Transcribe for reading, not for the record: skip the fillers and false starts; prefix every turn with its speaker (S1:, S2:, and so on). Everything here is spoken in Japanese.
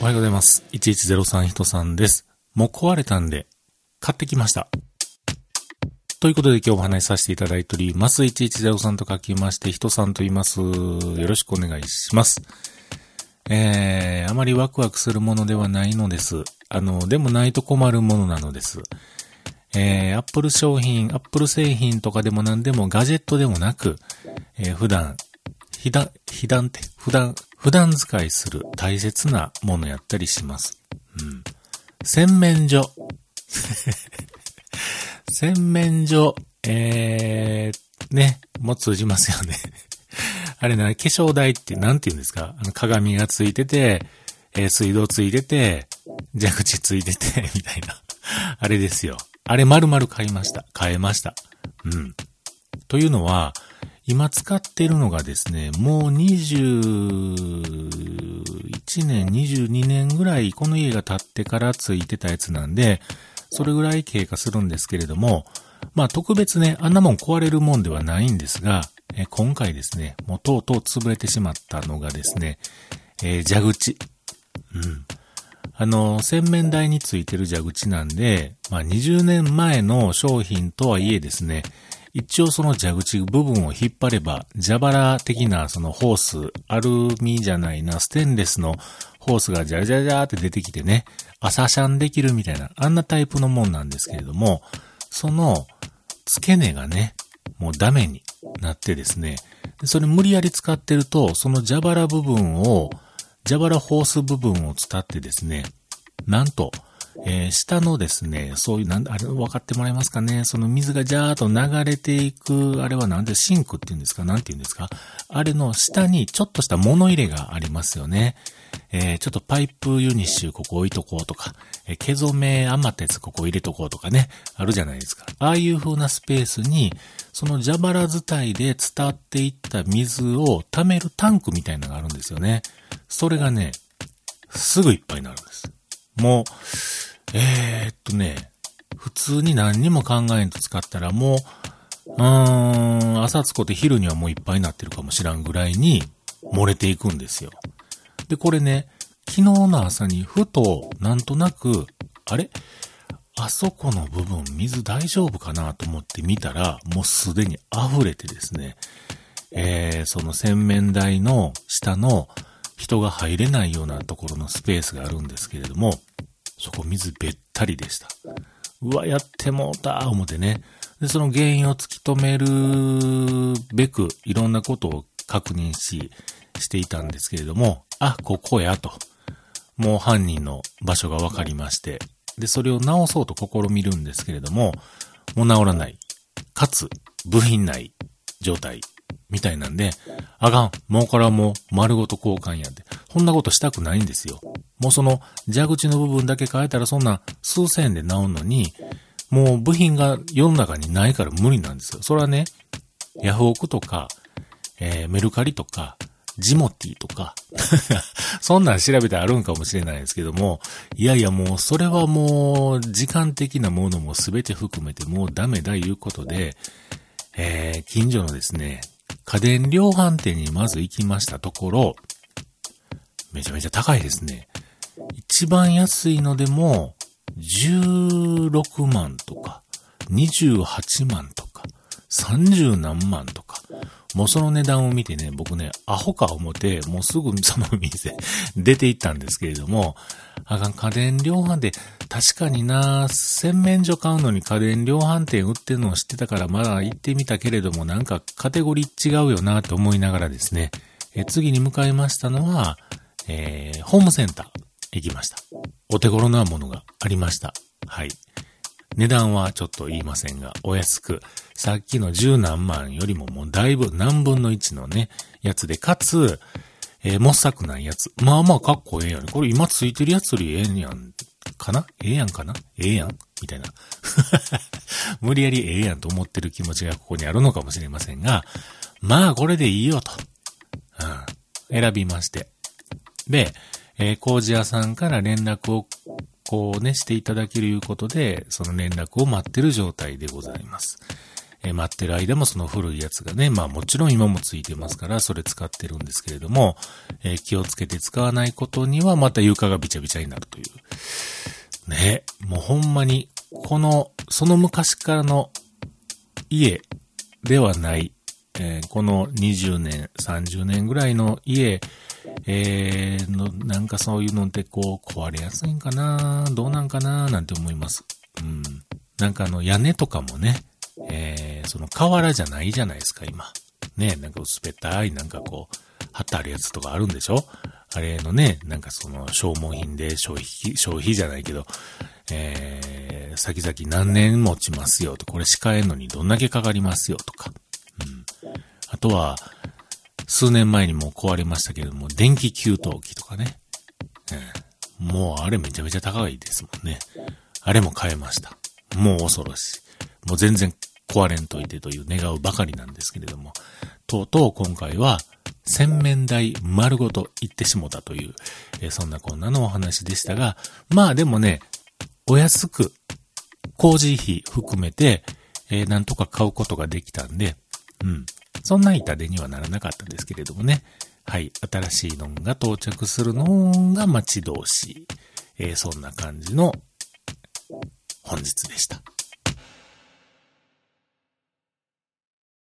S1: おはようございます。1103人さんです。もう壊れたんで買ってきました。ということで今日お話しさせていただいております。1103と書きまして人さんと言います。よろしくお願いします。あまりワクワクするものではないのです。でもないと困るものなのです。アップル商品、アップル製品とかでも何でもガジェットでもなく、普段使いする大切なものやったりします。洗面所。洗面所、もう通じますよね。あれ化粧台ってなんて言うんですか？鏡がついてて、水道ついてて、蛇口ついてて、みたいな。あれですよ。あれ丸々変えました。というのは、今使ってるのがですね、もう21年、22年ぐらいこの家が建ってからついてたやつなんで、それぐらい経過するんですけれども、特別ね、あんなもん壊れるもんではないんですが、今回ですね、もうとうとう潰れてしまったのがですね、蛇口。洗面台についてる蛇口なんで、20年前の商品とはいえですね、一応その蛇口部分を引っ張れば、蛇腹的なそのホース、アルミじゃないな、ステンレスのホースがジャラジャラジャーって出てきてね、朝シャンできるみたいな、あんなタイプのもんなんですけれども、その付け根がね、もうダメになってですね、それ無理やり使ってると、その蛇腹ホース部分を伝ってですね、なんと、下のですね、そういう、あれ分かってもらえますかね、その水がジャーっと流れていく、あれはなんでシンクって言うんですか、なんて言うんですか、あれの下にちょっとした物入れがありますよね。ちょっとパイプユニッシュここ置いとこうとか、毛染め余ったやつここ入れとこうとかね、あるじゃないですか。ああいう風なスペースに、その蛇腹伝いで伝っていった水を溜めるタンクみたいなのがあるんですよね。それがね、すぐいっぱいになるんです。もう、普通に何にも考えんと使ったらもう、朝つこって昼にはもういっぱいになってるかもしらんぐらいに漏れていくんですよ。で、これね、昨日の朝にふとなんとなく、あそこの部分水大丈夫かなと思って見たら、もうすでに溢れてですね、その洗面台の下の人が入れないようなところのスペースがあるんですけれども、そこ水べったりでした。うわ、やってもうた思ってね。で、その原因を突き止めるべく、いろんなことを確認していたんですけれども、ここやと。もう犯人の場所が分かりまして、で、それを直そうと試みるんですけれども、もう直らない。かつ、部品ない状態。みたいなんで、あかん。もうこれはもう丸ごと交換やんで。そんなことしたくないんですよ。もうその蛇口の部分だけ変えたらそんな数千円で直るのに、もう部品が世の中にないから無理なんですよ。それはね、ヤフオクとか、メルカリとか、ジモティとか、そんなん調べてあるんかもしれないですけども、いやいやもうそれはもう時間的なものも全て含めてもうダメだいうことで、近所のですね、家電量販店にまず行きましたところ、めちゃめちゃ高いですね。一番安いのでも、16万とか、28万とか、30何万とか、もうその値段を見てね、僕ね、アホか思って、もうすぐその店出て行ったんですけれども、家電量販店、確かにな、洗面所買うのに家電量販店売ってるのを知ってたからまだ行ってみたけれども、なんかカテゴリー違うよなと思いながらですね、次に向かいましたのは、ホームセンター行きました。お手頃なものがありました。はい。値段はちょっと言いませんが、お安く、さっきの10何万よりももうだいぶ何分の1のね、やつで、かつ、もっさくないやつ。まあまあかっこええやん。これ今ついてるやつよりええやんかなええやんかなええやんみたいな。無理やりええやんと思ってる気持ちがここにあるのかもしれませんが、まあこれでいいよと。選びまして。で、工事屋さんから連絡をしていただけるいうことで、その連絡を待ってる状態でございます。 待ってる間もその古いやつがね、まあもちろん今もついてますから、それ使ってるんですけれども、気をつけて使わないことにはまた床がびちゃびちゃになるという。ね、もうほんまに、その昔からの家ではない、この20年、30年ぐらいの家、なんかそういうのってこう壊れやすいんかな、どうなんかななんて思います。なんか屋根とかもね、その瓦じゃないじゃないですか、今。ね、なんか薄べったい、なんかこう、貼ってあるやつとかあるんでしょ？あれのね、なんかその消耗品で消費じゃないけど、先々何年持ちますよと、これ仕替えるのにどんだけかかりますよとか。あとは、数年前にも壊れましたけれども、電気給湯器とかね。もうあれめちゃめちゃ高いですもんね。あれも買えました。もう恐ろしい。もう全然壊れんといてという願うばかりなんですけれども、とうとう今回は洗面台丸ごと行ってしもたという、そんなこんなのお話でしたが、まあでもね、お安く工事費含めて、なんとか買うことができたんで、そんな痛手にはならなかったですけれどもね。はい。新しいのが到着するのが待ち遠しい。そんな感じの本日でした。